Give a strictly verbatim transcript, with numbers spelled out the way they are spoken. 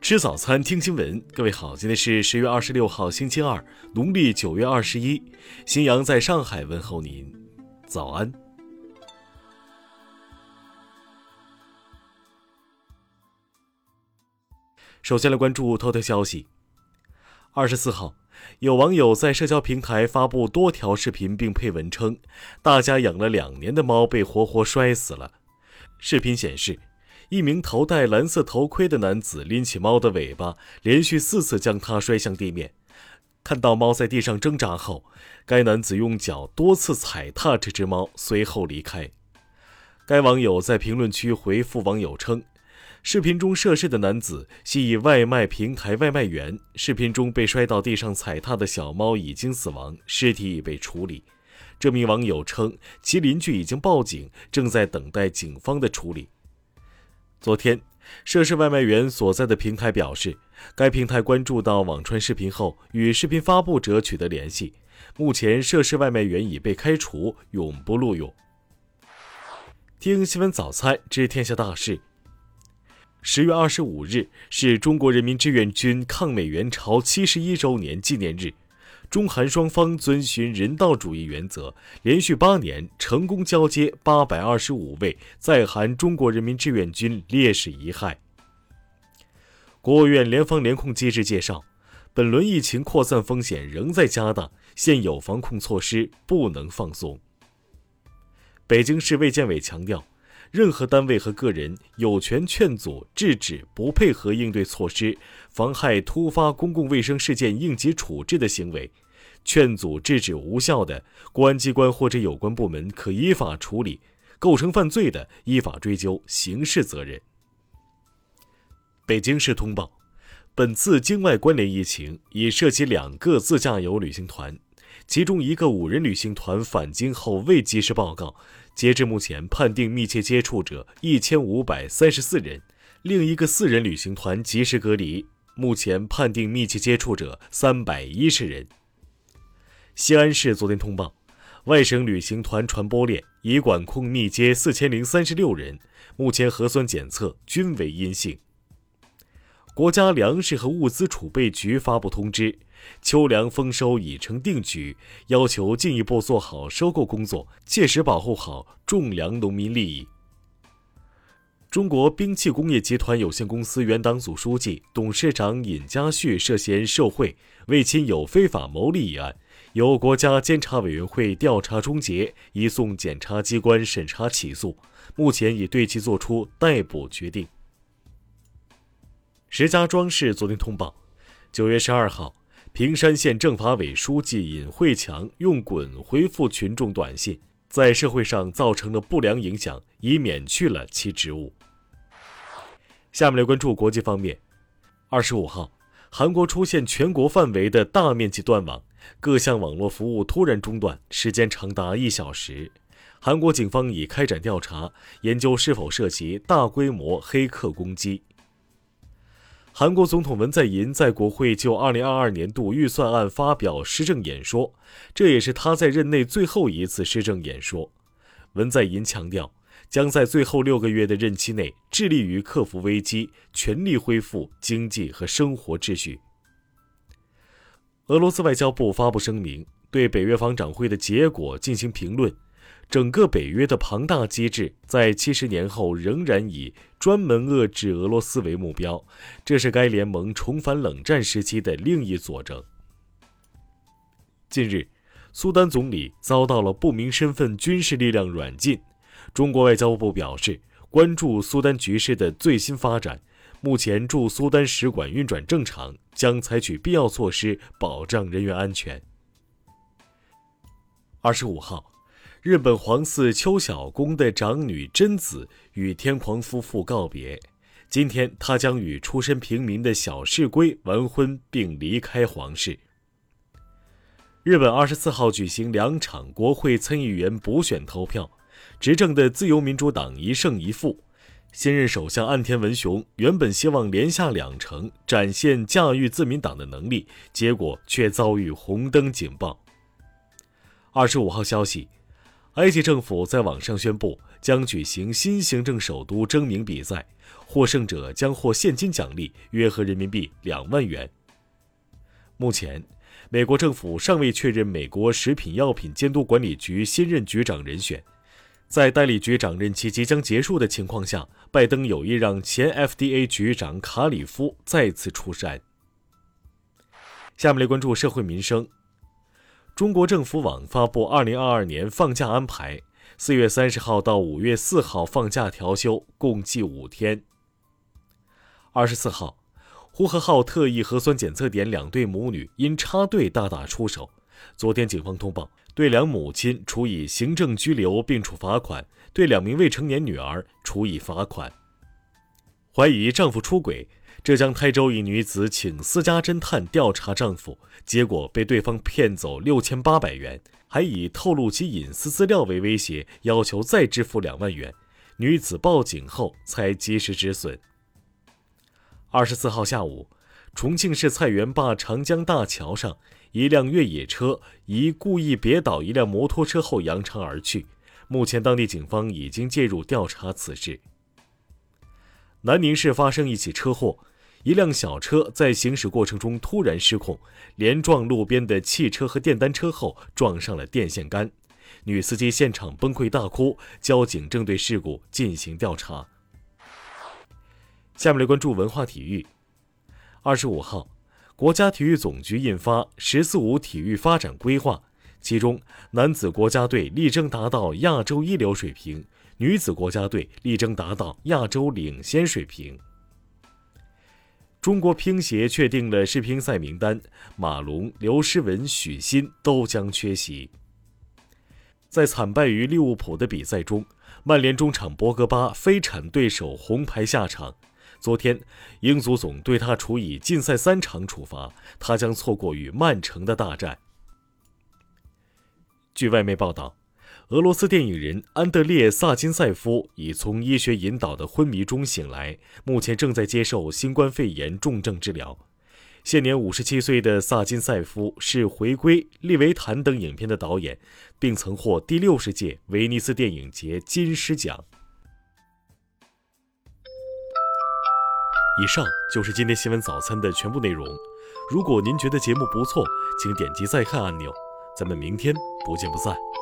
吃早餐，听新闻。各位好，今天是十月二十六号，星期二，农历九月二十一。新阳在上海问候您，早安。首先来关注头条消息。二十四号，有网友在社交平台发布多条视频，并配文称，大家养了两年的猫被活活摔死了。视频显示，一名头戴蓝色头盔的男子拎起猫的尾巴，连续四次将它摔向地面。看到猫在地上挣扎后，该男子用脚多次踩踏这只猫，随后离开。该网友在评论区回复网友称，视频中涉事的男子系以外卖平台外卖员，视频中被摔到地上踩踏的小猫已经死亡，尸体已被处理。这名网友称，其邻居已经报警，正在等待警方的处理。昨天，涉事外卖员所在的平台表示，该平台关注到网传视频后，与视频发布者取得联系。目前，涉事外卖员已被开除，永不录用。听新闻早餐知天下大事。十月二十五日是中国人民志愿军抗美援朝七十一周年纪念日。中韩双方遵循人道主义原则，连续八年成功交接八百二十五位在韩中国人民志愿军烈士遗骸。国务院联防联控机制介绍，本轮疫情扩散风险仍在加大，现有防控措施不能放松。北京市卫健委强调，任何单位和个人有权劝阻、制止不配合应对措施、妨害突发公共卫生事件应急处置的行为，劝阻制止无效的，公安机关或者有关部门可依法处理，构成犯罪的，依法追究刑事责任。北京市通报，本次境外关联疫情已涉及两个自驾游旅行团，其中一个五人旅行团返京后未及时报告，截至目前判定密切接触者一千五百三十四人，另一个四人旅行团及时隔离，目前判定密切接触者三百一十人。西安市昨天通报，外省旅行团传播链已管控密接四千零三十六人，目前核酸检测均为阴性。国家粮食和物资储备局发布通知，秋粮丰收已成定局，要求进一步做好收购工作，切实保护好种粮农民利益。中国兵器工业集团有限公司原党组书记、董事长尹家旭涉嫌受贿、为亲友非法牟利一案，由国家监察委员会调查终结，移送检察机关审查起诉，目前已对其作出逮捕决定。石家庄市昨天通报，九月十二号，平山县政法委书记尹慧强用滚回复群众短信，在社会上造成了不良影响，已免去了其职务。下面来关注国际方面。二十五号，韩国出现全国范围的大面积断网，各项网络服务突然中断，时间长达一小时。韩国警方已开展调查，研究是否涉及大规模黑客攻击。韩国总统文在寅在国会就二零二二年度预算案发表施政演说，这也是他在任内最后一次施政演说。文在寅强调，将在最后六个月的任期内致力于克服危机，全力恢复经济和生活秩序。俄罗斯外交部发布声明，对北约防长会的结果进行评论。整个北约的庞大机制在七十年后仍然以专门遏制俄罗斯为目标，这是该联盟重返冷战时期的另一佐证。近日，苏丹总理遭到了不明身份军事力量软禁。中国外交部表示，关注苏丹局势的最新发展，目前驻苏丹使馆运转正常，将采取必要措施保障人员安全。二十五号，日本皇寺秋晓宫的长女贞子与天皇夫妇告别，今天她将与出身平民的小室圭完婚并离开皇室。日本二十四号举行两场国会参议员补选投票，执政的自由民主党一胜一负。现任首相岸田文雄原本希望连下两城，展现驾驭自民党的能力，结果却遭遇红灯警报。二十五号消息， 埃及政府在网上宣布将举行新行政首都征名比赛，获胜者将获现金奖励约合人民币两万元。目前，美国政府尚未确认美国食品药品监督管理局新任局长人选。在代理局长任期即将结束的情况下，拜登有意让前 F D A 局长卡里夫再次出山。下面来关注社会民生。中国政府网发布二零二二年放假安排，四月三十号到五月四号放假调休，共计五天。二十四号，呼和浩特一核酸检测点两对母女因插队大打出手，昨天警方通报，对两母亲处以行政拘留并处罚款，对两名未成年女儿处以罚款。怀疑丈夫出轨，浙江台州一女子请私家侦探调查丈夫，结果被对方骗走六千八百元，还以透露其隐私资料为威胁，要求再支付两万元。女子报警后才及时止损。二十四号下午，重庆市菜园坝长江大桥上，一辆越野车疑故意别倒一辆摩托车后扬长而去，目前当地警方已经介入调查此事。南宁市发生一起车祸，一辆小车在行驶过程中突然失控，连撞路边的汽车和电单车后撞上了电线杆，女司机现场崩溃大哭，交警正对事故进行调查。下面来关注文化体育。二十五号，国家体育总局印发“十四五”体育发展规划，其中男子国家队力争达到亚洲一流水平，女子国家队力争达到亚洲领先水平。中国乒协确定了世乒赛名单，马龙、刘诗雯、许昕都将缺席。在惨败于利物浦的比赛中，曼联中场博格巴非铲对手红牌下场。昨天，英足总对他处以禁赛三场处罚，他将错过与曼城的大战。据外媒报道，俄罗斯电影人安德烈·萨金塞夫已从医学引导的昏迷中醒来，目前正在接受新冠肺炎重症治疗。现年五十七岁的萨金塞夫是《回归》《利维坦》等影片的导演，并曾获第六十届威尼斯电影节金狮奖。以上就是今天新闻早餐的全部内容。如果您觉得节目不错，请点击再看按钮。咱们明天不见不散。